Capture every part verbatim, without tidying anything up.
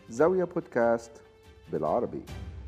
زاوية بودكاست بالعربي.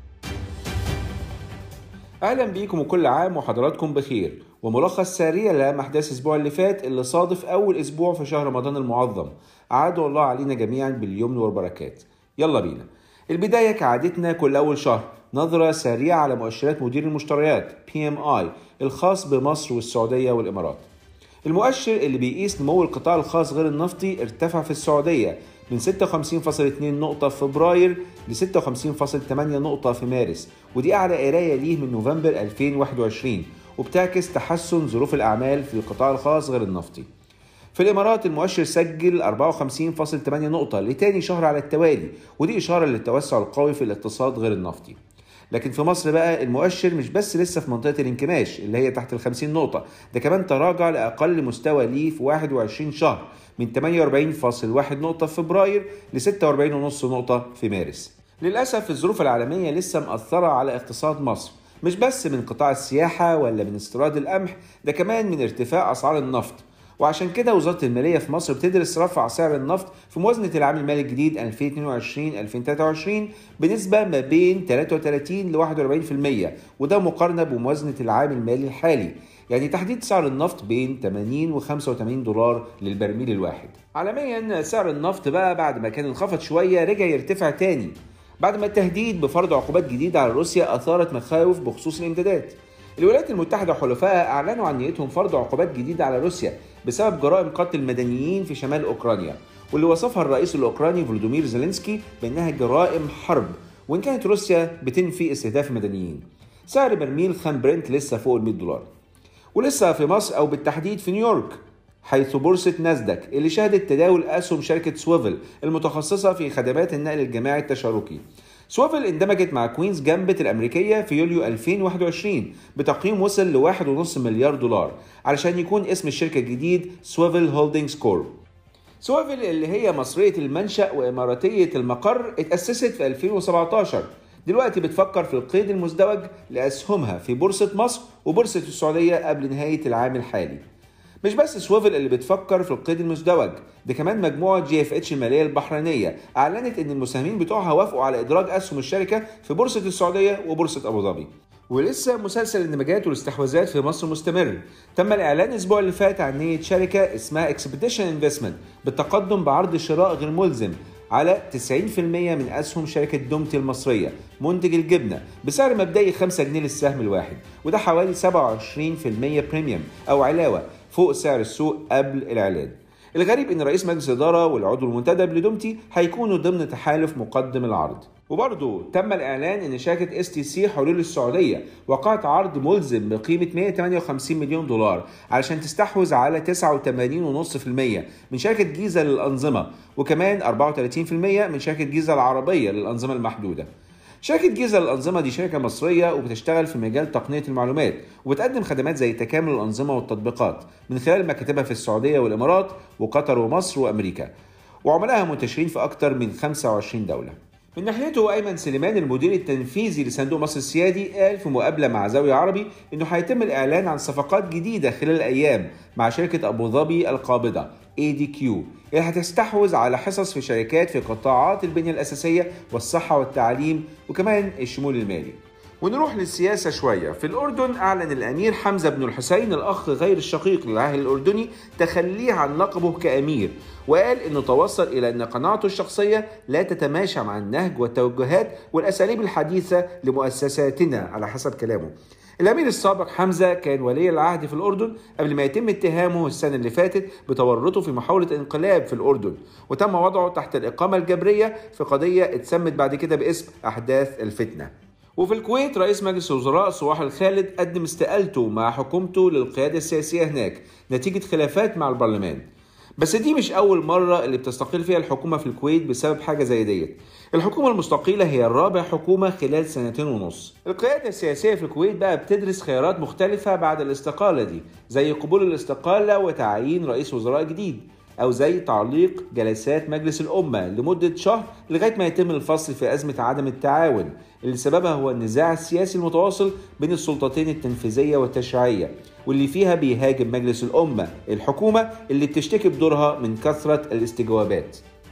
أهلا بيكم وكل عام وحضراتكم بخير، وملخص سريع لأهم أحداث الأسبوع اللي فات اللي صادف أول أسبوع في شهر رمضان المعظم. أعاد الله علينا جميعا باليمن والبركات. يلا بينا. البداية كعادتنا كل أول شهر نظرة سريعة على مؤشرات مدير المشتريات بي إم آي الخاص بمصر والسعودية والإمارات. المؤشر اللي بيقيس نمو القطاع الخاص غير النفطي ارتفع في السعودية من ستة وخمسين فاصلة اثنين نقطة في فبراير ل ستة وخمسين فاصلة ثمانية نقطة في مارس، ودي أعلى قراية ليه من نوفمبر ألفين وواحد وعشرين، وبتعكس تحسن ظروف الأعمال في القطاع الخاص غير النفطي. في الإمارات المؤشر سجل أربعة وخمسين فاصلة ثمانية نقطة لتاني شهر على التوالي، ودي إشارة للتوسع القوي في الاقتصاد غير النفطي. لكن في مصر بقى المؤشر مش بس لسه في منطقة الانكماش اللي هي تحت الخمسين نقطة، ده كمان تراجع لأقل مستوى ليه في واحد وعشرين شهر من ثمانية وأربعين فاصلة واحد نقطة في فبراير ل ستة وأربعين فاصلة خمسة نقطة في مارس. للأسف الظروف العالمية لسه مأثرة على اقتصاد مصر، مش بس من قطاع السياحة ولا من استيراد القمح، ده كمان من ارتفاع أسعار النفط. وعشان كده وزارة المالية في مصر بتدرس رفع سعر النفط في موازنة العام المالي الجديد ألفين واثنين وعشرين ألفين وثلاثة وعشرين بنسبة ما بين ثلاثة وثلاثين ل واحد وأربعين بالمية، وده مقارنة بموازنة العام المالي الحالي، يعني تحديد سعر النفط بين ثمانين و خمسة وثمانين دولار للبرميل الواحد. عالميا سعر النفط بقى بعد ما كان انخفض شوية رجع يرتفع تاني بعد ما التهديد بفرض عقوبات جديدة على روسيا أثارت مخاوف بخصوص الإمدادات. الولايات المتحدة وحلفائها أعلنوا عن نيتهم فرض عقوبات جديدة على روسيا بسبب جرائم قتل المدنيين في شمال أوكرانيا، واللي وصفها الرئيس الأوكراني فولودومير زيلينسكي بأنها جرائم حرب، وإن كانت روسيا بتنفي استهداف المدنيين. سعر برميل خام برنت لسه فوق ال مئة دولار. ولسه في مصر أو بالتحديد في نيويورك، حيث بورصة ناسداك اللي شهدت تداول أسهم شركة سويفل المتخصصة في خدمات النقل الجماعي التشاركي. سويفل اندمجت مع كوينز جامبت الأمريكية في يوليو ألفين وواحد وعشرين بتقييم وصل لواحد ونص مليار دولار علشان يكون اسم الشركة الجديد سويفل هولدينجز كورب. سويفل اللي هي مصرية المنشأ وإماراتية المقر اتأسست في ألفين وسبعة عشر، دلوقتي بتفكر في القيد المزدوج لأسهمها في بورصة مصر وبورصة السعودية قبل نهاية العام الحالي. مش بس سويفل اللي بتفكر في القيد المزدوج، ده كمان مجموعة جي اف اتش المالية البحرينية أعلنت إن المساهمين بتوعها وافقوا على إدراج أسهم الشركة في بورصة السعودية وبورصة أبو ظبي. ولسه مسلسل الاندماجات والاستحواذات في مصر مستمر. تم الإعلان الأسبوع اللي فات عن نية شركة اسمها اكسبيديشن انفستمنت بالتقدم بعرض شراء غير ملزم على تسعين بالمئة من أسهم شركة دومتي المصرية منتج الجبنة بسعر مبدئي خمسة جنيه للسهم الواحد، وده حوالي سبعة وعشرين بالمئة بريميوم أو علاوة فوق سعر السوق قبل الإعلان. الغريب إن رئيس مجلس الإدارة والعضو المنتدب لدومتي هيكونوا ضمن تحالف مقدم العرض. وبرضه تم الإعلان إن شركة اس تي سي حلول السعودية وقعت عرض ملزم بقيمة مئة وثمانية وخمسين مليون دولار علشان تستحوذ على تسعة وثمانين فاصلة خمسة بالمئة من شركة جيزة للأنظمة، وكمان أربعة وثلاثين بالمئة من شركة جيزة العربية للأنظمة المحدودة. شركة جيزة للأنظمة دي شركة مصرية وبتشتغل في مجال تقنية المعلومات، وبتقدم خدمات زي تكامل الأنظمة والتطبيقات من خلال مكاتبها في السعودية والإمارات وقطر ومصر وأمريكا، وعملائها منتشرين في أكثر من خمسة وعشرين دولة. من ناحيته أيمن سليمان المدير التنفيذي لصندوق مصر السيادي قال في مقابلة مع زاوية عربي إنه هيتم الإعلان عن صفقات جديدة خلال الأيام مع شركة أبو ظبي القابضة إيه دي كيو اللي هتستحوذ على حصص في شركات في قطاعات البنية الأساسية والصحة والتعليم وكمان الشمول المالي. ونروح للسياسة شوية. في الأردن أعلن الأمير حمزة بن الحسين الأخ غير الشقيق للعاهل الأردني تخليه عن لقبه كأمير، وقال إنه توصل إلى أن قناعته الشخصية لا تتماشى مع النهج والتوجهات والأساليب الحديثة لمؤسساتنا على حسب كلامه. الأمير السابق حمزة كان ولي العهد في الأردن قبل ما يتم اتهامه السنة اللي فاتت بتورطه في محاولة انقلاب في الأردن، وتم وضعه تحت الإقامة الجبرية في قضية اتسمت بعد كده باسم أحداث الفتنة. وفي الكويت رئيس مجلس الوزراء صباح الخالد قدم استقالته مع حكومته للقيادة السياسية هناك نتيجة خلافات مع البرلمان. بس دي مش أول مرة اللي بتستقيل فيها الحكومة في الكويت بسبب حاجة زي ديت. الحكومة المستقيلة هي الرابع حكومة خلال سنتين ونص. القيادة السياسية في الكويت بقى بتدرس خيارات مختلفة بعد الاستقالة دي، زي قبول الاستقالة وتعيين رئيس وزراء جديد، أو زي تعليق جلسات مجلس الأمة لمدة شهر لغاية ما يتم الفصل في أزمة عدم التعاون اللي سببها هو النزاع السياسي المتواصل بين السلطتين التنفيذية والتشريعية، واللي فيها بيهاجم مجلس الأمة الحكومة اللي بتشتكي بدورها من كثرة الاستجوابات.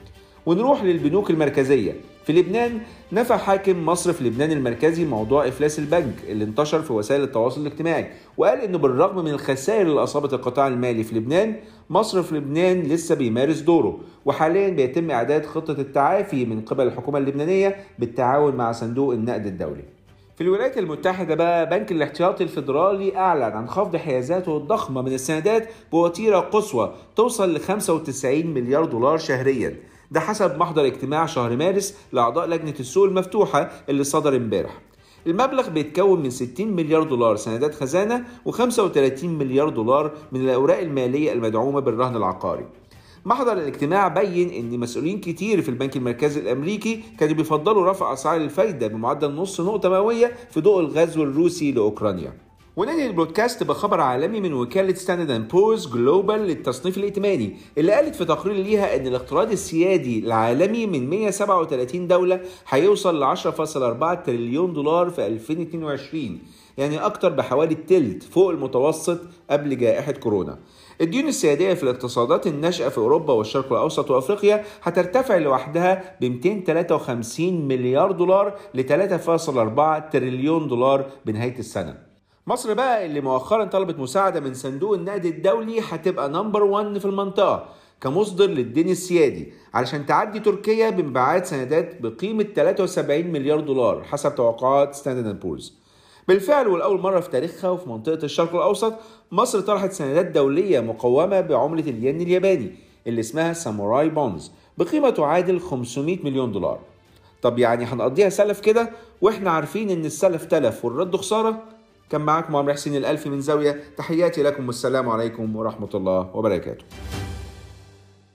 ونروح للبنوك المركزية. في لبنان نفى حاكم مصرف لبنان المركزي موضوع إفلاس البنك اللي انتشر في وسائل التواصل الاجتماعي، وقال إنه بالرغم من الخسائر اللي أصابت القطاع المالي في لبنان، مصرف لبنان لسه بيمارس دوره، وحاليا بيتم إعداد خطة التعافي من قبل الحكومة اللبنانية بالتعاون مع صندوق النقد الدولي. في الولايات المتحدة بقى بنك الاحتياطي الفيدرالي أعلن عن خفض حيازاته الضخمة من السندات بوتيرة قصوى توصل ل خمسة وتسعين مليار دولار شهرياً، ده حسب محضر اجتماع شهر مارس لأعضاء لجنة السوق المفتوحة اللي صدر امبارح. المبلغ بيتكون من ستين مليار دولار سندات خزانة وخمسة وثلاثين مليار دولار من الأوراق المالية المدعومة بالرهن العقاري. محضر الاجتماع بين ان مسؤولين كتير في البنك المركزي الامريكي كانوا بيفضلوا رفع اسعار الفايده بمعدل نص نقطه مئويه في ضوء الغزو الروسي لاوكرانيا. وننهي البودكاست بخبر عالمي من وكاله ستاندرد اند بورز جلوبال للتصنيف الائتماني، اللي قالت في تقرير ليها ان الاقتراض السيادي العالمي من مئة وسبعة وثلاثين دوله هيوصل ل عشرة فاصلة أربعة تريليون دولار في ألفين واثنين وعشرين، يعني اكتر بحوالي التلت فوق المتوسط قبل جائحه كورونا. الديون السيادية في الاقتصادات الناشئة في أوروبا والشرق الأوسط وأفريقيا هترتفع لوحدها ب مئتين وثلاثة وخمسين مليار دولار ل ثلاثة فاصلة أربعة تريليون دولار بنهاية السنة. مصر بقى اللي مؤخرا طلبت مساعدة من صندوق النقد الدولي هتبقى نمبر وان في المنطقة كمصدر للدين السيادي علشان تعدي تركيا بمبيعات سندات بقيمة ثلاثة وسبعين مليار دولار حسب توقعات ستاندرد اند بورز. بالفعل والأول مرة في تاريخها وفي منطقة الشرق الأوسط مصر طرحت سندات دولية مقومة بعملة الين الياباني اللي اسمها ساموراي بونز بقيمة تعادل خمسمئة مليون دولار. طب يعني هنقضيها سلف كده واحنا عارفين ان السلف تلف والرد خسارة؟ كان معاكم عمرو حسين الألفي من زاوية، تحياتي لكم والسلام عليكم ورحمة الله وبركاته.